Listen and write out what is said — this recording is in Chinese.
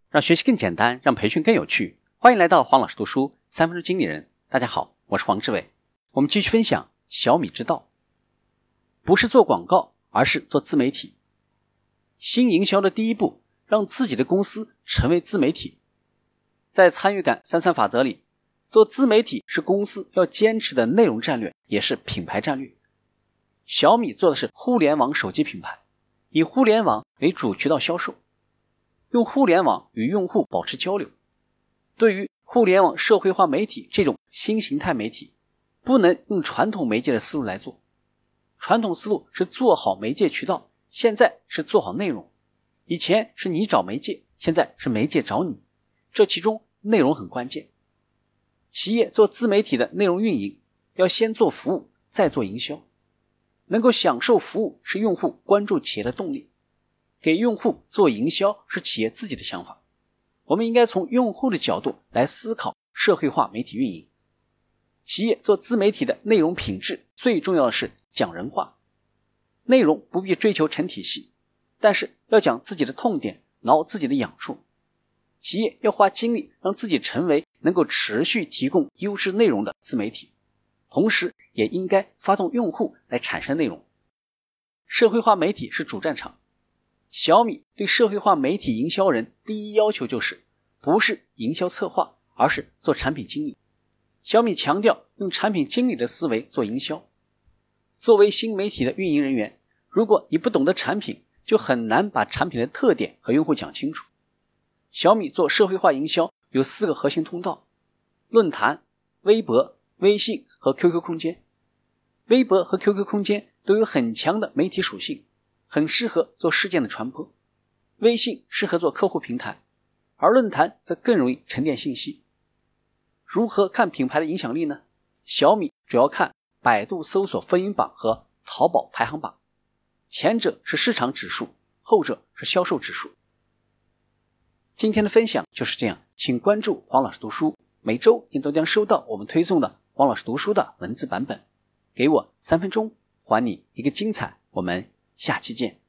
让学习更简单，让培训更有趣。欢迎来到黄老师读书3分钟经理人。大家好，我是黄志伟。我们继续分享小米之道，不是做广告，而是做自媒体。新营销的第一步，让自己的公司成为自媒体。在参与感33法则里，做自媒体是公司要坚持的内容战略，也是品牌战略。小米做的是互联网手机品牌，以互联网为主渠道销售，用互联网与用户保持交流。对于互联网社会化媒体这种新形态媒体，不能用传统媒介的思路来做。传统思路是做好媒介渠道，现在是做好内容。以前是你找媒介，现在是媒介找你，这其中内容很关键。企业做自媒体的内容运营，要先做服务，再做营销。能够享受服务是用户关注企业的动力，给用户做营销是企业自己的想法。我们应该从用户的角度来思考社会化媒体运营。企业做自媒体的内容品质最重要的是讲人话。内容不必追求成体系，但是要讲自己的痛点，挠自己的痒处。企业要花精力让自己成为能够持续提供优质内容的自媒体，同时也应该发动用户来产生内容。社会化媒体是主战场。小米对社会化媒体营销人第一要求就是不是营销策划，而是做产品经理。小米强调用产品经理的思维做营销。作为新媒体的运营人员，如果你不懂得产品，就很难把产品的特点和用户讲清楚。小米做社会化营销有4个核心通道：论坛、微博、微信和 QQ 空间。微博和 QQ 空间都有很强的媒体属性，很适合做事件的传播。微信适合做客户平台，而论坛则更容易沉淀信息。如何看品牌的影响力呢？小米主要看百度搜索风云榜和淘宝排行榜，前者是市场指数，后者是销售指数。今天的分享就是这样，请关注黄老师读书，每周你都将收到我们推送的黄老师读书的文字版本。给我3分钟，还你一个精彩，我们下期见。